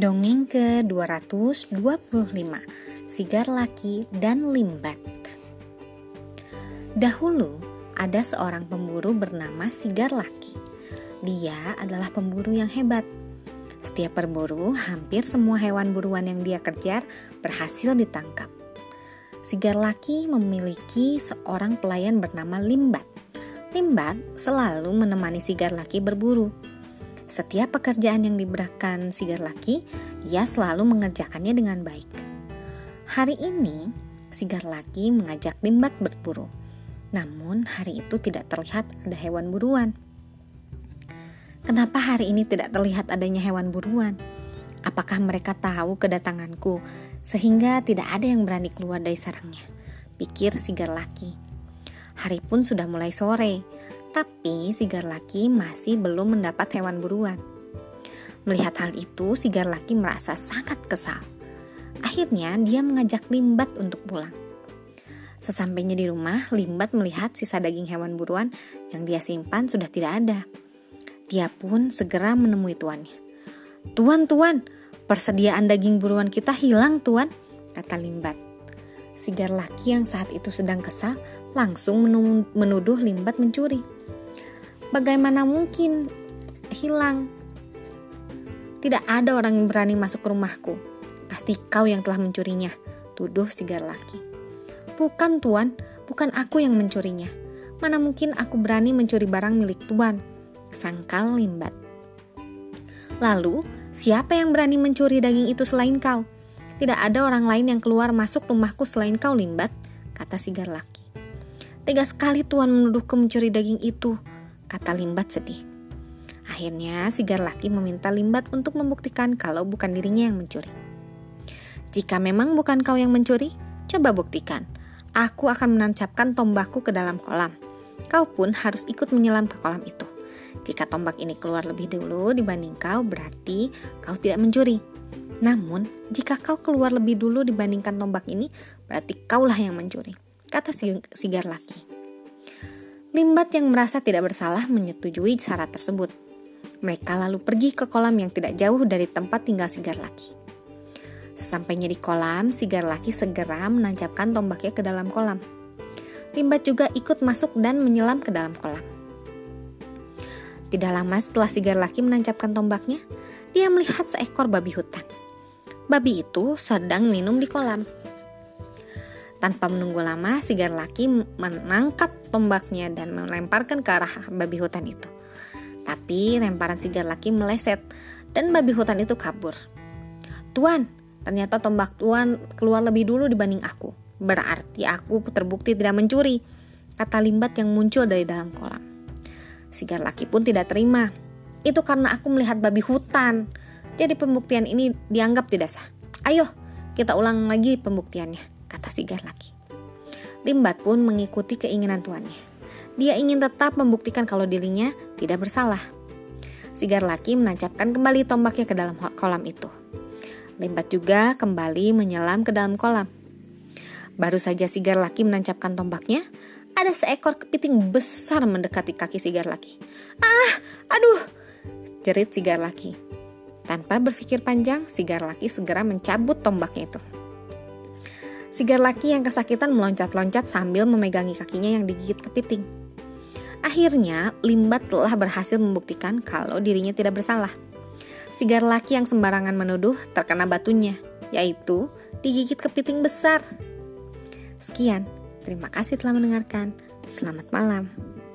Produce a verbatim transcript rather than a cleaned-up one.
Dongeng ke dua ratus dua puluh lima, Sigar Laki dan Limbat. Dahulu ada seorang pemburu bernama Sigar Laki. Dia adalah pemburu yang hebat. Setiap berburu, hampir semua hewan buruan yang dia kejar berhasil ditangkap. Sigar Laki memiliki seorang pelayan bernama Limbat. Limbat selalu menemani Sigar Laki berburu. Setiap pekerjaan yang diberikan Sigar Laki, ia selalu mengerjakannya dengan baik. Hari ini, Sigar Laki mengajak Limbat berburu. Namun, hari itu tidak terlihat ada hewan buruan. Kenapa hari ini tidak terlihat adanya hewan buruan? Apakah mereka tahu kedatanganku, sehingga tidak ada yang berani keluar dari sarangnya? Pikir Sigar Laki. Hari pun sudah mulai sore. Tapi Sigar Laki masih belum mendapat hewan buruan. Melihat hal itu, Sigar Laki merasa sangat kesal. Akhirnya dia mengajak Limbat untuk pulang. Sesampainya di rumah, Limbat melihat sisa daging hewan buruan yang dia simpan sudah tidak ada. Dia pun segera menemui tuannya. "Tuan, tuan, persediaan daging buruan kita hilang, tuan," kata Limbat. Sigar Laki yang saat itu sedang kesal langsung menuduh Limbat mencuri. "Bagaimana mungkin hilang? Tidak ada orang yang berani masuk ke rumahku. Pasti kau yang telah mencurinya," tuduh Sigar Laki. "Bukan, tuan, bukan aku yang mencurinya. Mana mungkin aku berani mencuri barang milik tuan," sangkal Limbat. "Lalu, siapa yang berani mencuri daging itu selain kau? Tidak ada orang lain yang keluar masuk rumahku selain kau, Limbat," kata Sigar Laki. "Tega sekali tuan menuduhku mencuri daging itu," kata Limbat sedih. Akhirnya Sigar Laki meminta Limbat untuk membuktikan kalau bukan dirinya yang mencuri. "Jika memang bukan kau yang mencuri, coba buktikan. Aku akan menancapkan tombakku ke dalam kolam. Kau pun harus ikut menyelam ke kolam itu. Jika tombak ini keluar lebih dulu dibanding kau, berarti kau tidak mencuri. Namun, jika kau keluar lebih dulu dibandingkan tombak ini, berarti kaulah yang mencuri," kata Sigar Laki. Limbat yang merasa tidak bersalah menyetujui syarat tersebut. Mereka lalu pergi ke kolam yang tidak jauh dari tempat tinggal Sigar Laki. Sesampainya di kolam, Sigar Laki segera menancapkan tombaknya ke dalam kolam. Limbat juga ikut masuk dan menyelam ke dalam kolam. Tidak lama setelah Sigar Laki menancapkan tombaknya, dia melihat seekor babi hutan. Babi itu sedang minum di kolam. Tanpa menunggu lama, Sigar Laki menangkap tombaknya dan melemparkan ke arah babi hutan itu. Tapi lemparan Sigar Laki meleset dan babi hutan itu kabur. "Tuan, ternyata tombak tuan keluar lebih dulu dibanding aku. Berarti aku terbukti tidak mencuri," kata Limbat yang muncul dari dalam kolam. Sigar Laki pun tidak terima. "Itu karena aku melihat babi hutan. Jadi pembuktian ini dianggap tidak sah. Ayo, kita ulang lagi pembuktiannya," kata Sigar Laki. Limbat pun mengikuti keinginan tuannya. Dia ingin tetap membuktikan kalau dirinya tidak bersalah. Sigar Laki menancapkan kembali tombaknya ke dalam kolam itu. Limbat juga kembali menyelam ke dalam kolam. Baru saja Sigar Laki menancapkan tombaknya, ada seekor kepiting besar mendekati kaki Sigar Laki. "Ah, aduh!" jerit Sigar Laki. Tanpa berpikir panjang, Sigar Laki segera mencabut tombaknya itu. Sigar Laki yang kesakitan meloncat-loncat sambil memegangi kakinya yang digigit kepiting. Akhirnya, Limbat telah berhasil membuktikan kalau dirinya tidak bersalah. Sigar Laki yang sembarangan menuduh terkena batunya, yaitu digigit kepiting besar. Sekian, terima kasih telah mendengarkan. Selamat malam.